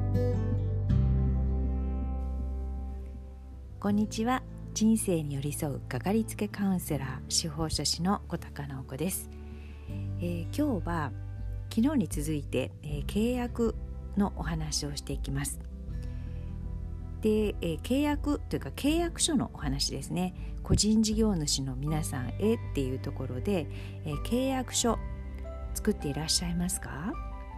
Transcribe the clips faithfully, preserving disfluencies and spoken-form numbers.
こんにちは。人生に寄り添うかかりつけカウンセラー、司法書士の小高直子です。えー、今日は昨日に続いて、えー、契約のお話をしていきます。で、えー、契約というか契約書のお話ですね。個人事業主の皆さんへっていうところで、えー、契約書作っていらっしゃいますか？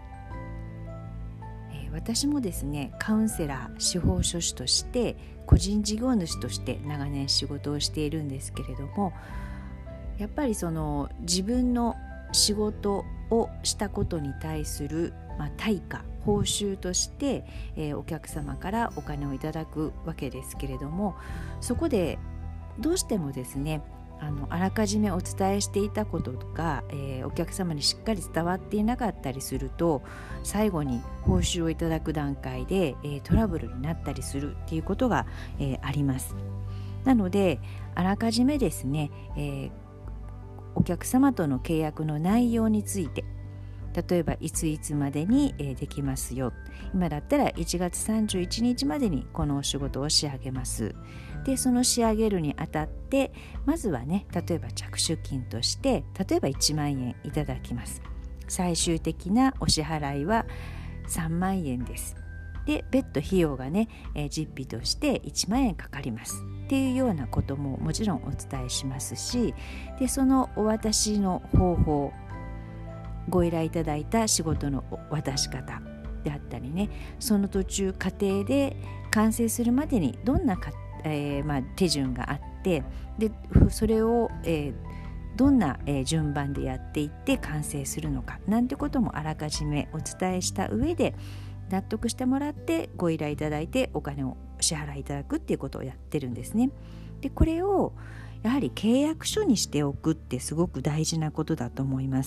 私もですね、カウンセラー、司法書士として個人事業主として長年仕事をしているんですけれども、やっぱりその自分の仕事をしたことに対する、まあ、対価報酬として、えー、お客様からお金をいただくわけですけれども、そこでどうしてもですね、あのあらかじめお伝えしていたことが、えー、お客様にしっかり伝わっていなかったりすると、最後に報酬をいただく段階で、えー、トラブルになったりするっていうことが、えー、あります。なのであらかじめですね、えー、お客様との契約の内容について、例えばいついつまでにできますよ、今だったらいちがつさんじゅういちにちまでにこのお仕事を仕上げます。でその仕上げるにあたって、まずはね、例えば着手金として例えばいちまんえんいただきます。最終的なお支払いはさんまんえんです。で別途費用がね、えー、実費としていちまんえんかかりますっていうようなことももちろんお伝えしますし、でそのお渡しの方法、ご依頼いただいた仕事の渡し方であったりね、その途中過程で完成するまでにどんなか、えーまあ、手順があって、でそれを、えー、どんな、えー、順番でやっていって完成するのかなんてこともあらかじめお伝えした上で、納得してもらってご依頼いただいてお金を支払いいただくっていうことをやってるんですね。でこれをやはり契約書にしておくってすごく大事なことだと思います。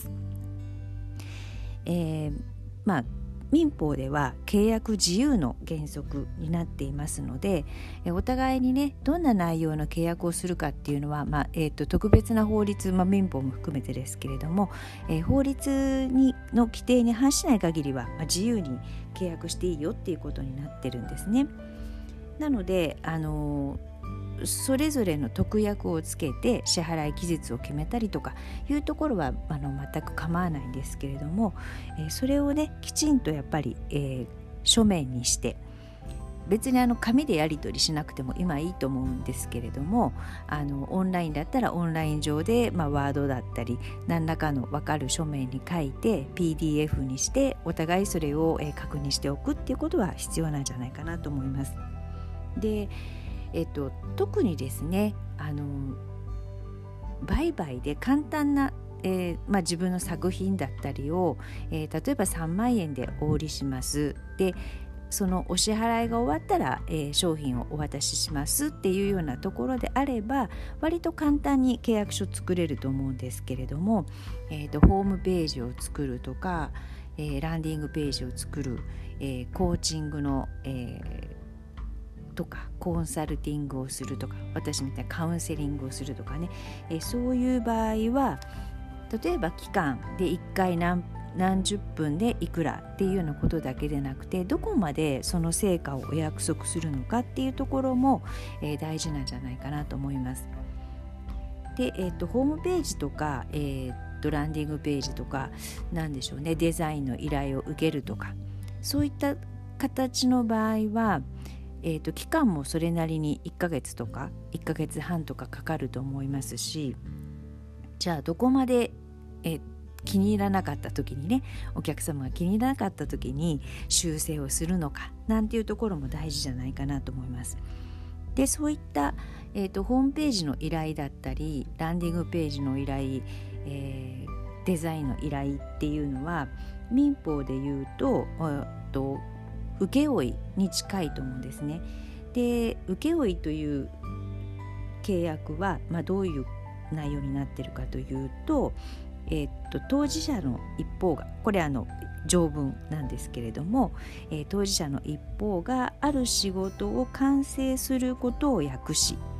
えー、まあ民法では契約自由の原則になっていますので、お互いにね、どんな内容の契約をするかっていうのは、まあえー、と特別な法律、まあ、民法も含めてですけれども、えー、法律にの規定に反しない限りは、まあ、自由に契約していいよっていうことになってるんですね。なので、あのーそれぞれの特約をつけて支払い期日を決めたりとかいうところはあの全く構わないんですけれども、えー、それをねきちんとやっぱり、えー、書面にして、別にあの紙でやり取りしなくても今いいと思うんですけれども、あのオンラインだったらオンライン上で、まあ、ワードだったり何らかの分かる書面に書いて ピーディーエフ にしてお互いそれを、えー、確認しておくっていうことは必要なんじゃないかなと思います。でえっと、特にですね、あの売買で簡単な、えーまあ、自分の作品だったりを、えー、例えばさんまんえんでお売りします。でそのお支払いが終わったら、えー、商品をお渡ししますっていうようなところであれば、割と簡単に契約書作れると思うんですけれども、えーと、ホームページを作るとか、えー、ランディングページを作る、えー、コーチングの、えーとかコンサルティングをするとか、私みたいなカウンセリングをするとかね、えそういう場合は例えば期間でいっかい 何, 何十分でいくらっていうようなことだけでなくて、どこまでその成果をお約束するのかっていうところも、えー、大事なんじゃないかなと思います。で、えー、とホームページとか、えー、とランディングページとかなんでしょうね、デザインの依頼を受けるとか、そういった形の場合はえー、と期間もそれなりにいっかげつとかいっかげつはんとかかかると思いますし、じゃあどこまで、えー、気に入らなかった時にね、お客様が気に入らなかった時に修正をするのかなんていうところも大事じゃないかなと思います。でそういった、えー、とホームページの依頼だったりランディングページの依頼、えー、デザインの依頼っていうのは民法でいうと、えー、と請負に近いと思うんですね。で請負という契約は、まあ、どういう内容になっているかというと、えー、っと当事者の一方が、これあの条文なんですけれども、えー、当事者の一方がある仕事を完成することを訳し、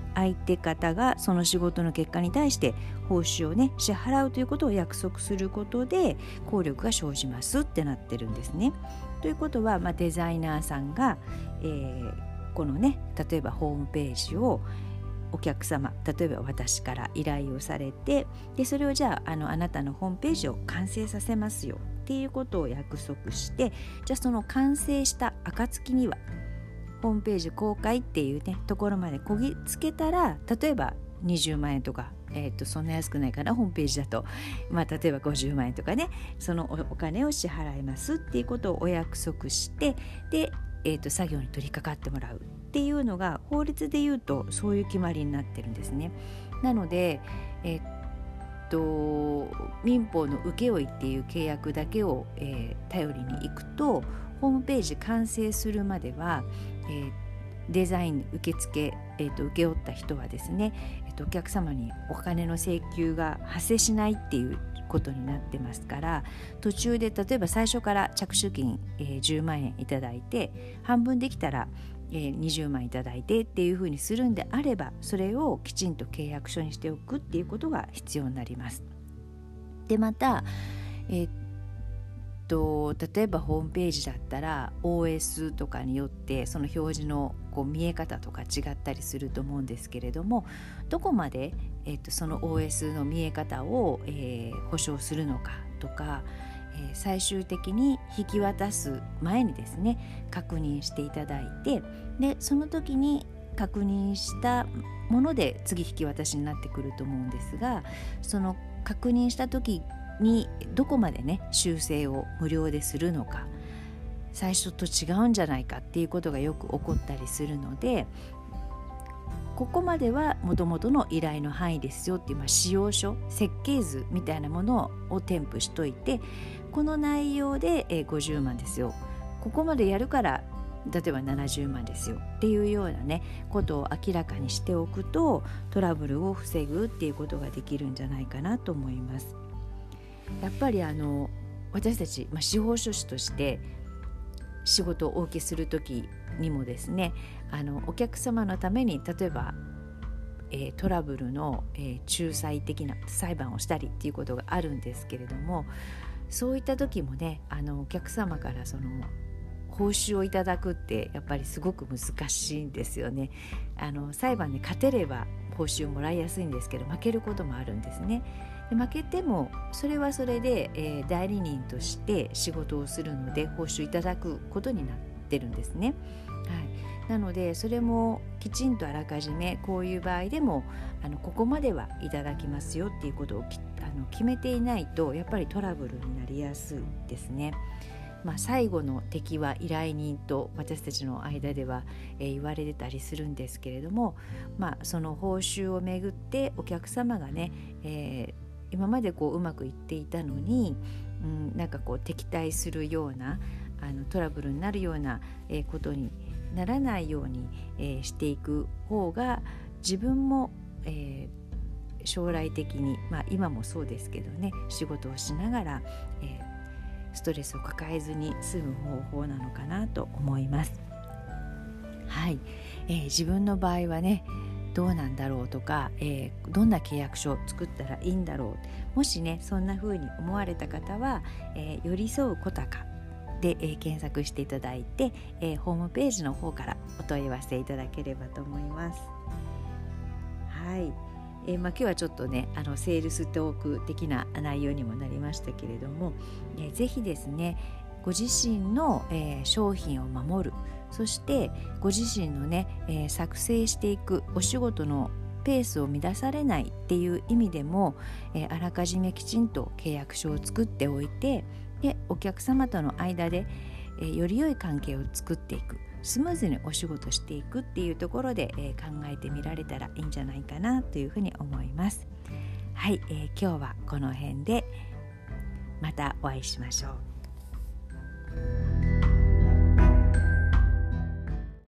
相手方がその仕事の結果に対して報酬をね支払うということを約束することで効力が生じますってなってるんですね。ということは、まあ、デザイナーさんが、えー、このね例えばホームページをお客様、例えば私から依頼をされて、でそれをじゃあ、あのあなたのホームページを完成させますよっていうことを約束して、じゃあその完成した暁にはホームページ公開っていうねところまでこぎつけたら、例えばにじゅうまんえんとか、えー、とそんな安くないかなホームページだと、まあ、例えばごじゅうまんえんとかね、その お, お金を支払いますっていうことをお約束して、で、えー、と作業に取り掛かってもらうっていうのが法律でいうとそういう決まりになってるんですね。なので、えー、と民法の請負っていう契約だけを、えー、頼りにいくと、ホームページ完成するまでは、えー、デザイン受付、えー、と請け負った人はですね、えー、とお客様にお金の請求が発生しないっていうことになってますから、途中で例えば最初から着手金、えー、じゅうまんえんいただいて、半分できたら、えー、にじゅうまんいただいてっていうふうにするんであれば、それをきちんと契約書にしておくっていうことが必要になります。でまた、えーと例えばホームページだったら オーエス とかによってその表示のこう見え方とか違ったりすると思うんですけれども、どこまで、えー、とその オーエス の見え方を、えー、保証するのかとか、えー、最終的に引き渡す前にですね確認していただいて、でその時に確認したもので次引き渡しになってくると思うんですが、その確認した時にどこまでね修正を無料でするのか、最初と違うんじゃないかっていうことがよく起こったりするので、ここまでは元々の依頼の範囲ですよっていう、まあ、仕様書設計図みたいなものを添付しといて、この内容でごじゅうまんですよ、ここまでやるから例えばななじゅうまんですよっていうようなねことを明らかにしておくと、トラブルを防ぐっていうことができるんじゃないかなと思います。やっぱりあの私たち、まあ、司法書士として仕事をお受けするときにもですね、あのお客様のために例えば、えー、トラブルの、えー、仲裁的な裁判をしたりっていうことがあるんですけれども、そういった時もね、あのお客様からその報酬をいただくってやっぱりすごく難しいんですよね。あの裁判に勝てれば報酬をもらいやすいんですけど、負けることもあるんですね。で負けてもそれはそれで、えー、代理人として仕事をするので報酬いただくことになってるんですね。はい、なのでそれもきちんとあらかじめこういう場合でもあのここまではいただきますよっていうことをきあの決めていないとやっぱりトラブルになりやすいですね。まあ、最後の敵は依頼人と私たちの間では、えー、言われてたりするんですけれども、まあ、その報酬をめぐってお客様がね、えー今までこううまくいっていたのに、うん、なんかこう敵対するようなあのトラブルになるような、えー、ことにならないように、えー、していく方が自分も、えー、将来的に、まあ、今もそうですけどね、仕事をしながら、えー、ストレスを抱えずに済む方法なのかなと思います。はい、えー、自分の場合はねどうなんだろうとか、えー、どんな契約書を作ったらいいんだろう、もしねそんな風に思われた方は、えー、寄り添うコタカで、えー、検索していただいて、えー、ホームページの方からお問い合わせいただければと思います。はい、えーまあ、今日はちょっとねあのセールストーク的な内容にもなりましたけれども、えー、ぜひですねご自身の、えー、商品を守る、そしてご自身のね、えー、作成していくお仕事のペースを乱されないっていう意味でも、えー、あらかじめきちんと契約書を作っておいて、でお客様との間で、えー、より良い関係を作っていく、スムーズにお仕事していくっていうところで、えー、考えてみられたらいいんじゃないかなというふうに思います。はい、えー、今日はこの辺でまたお会いしましょう。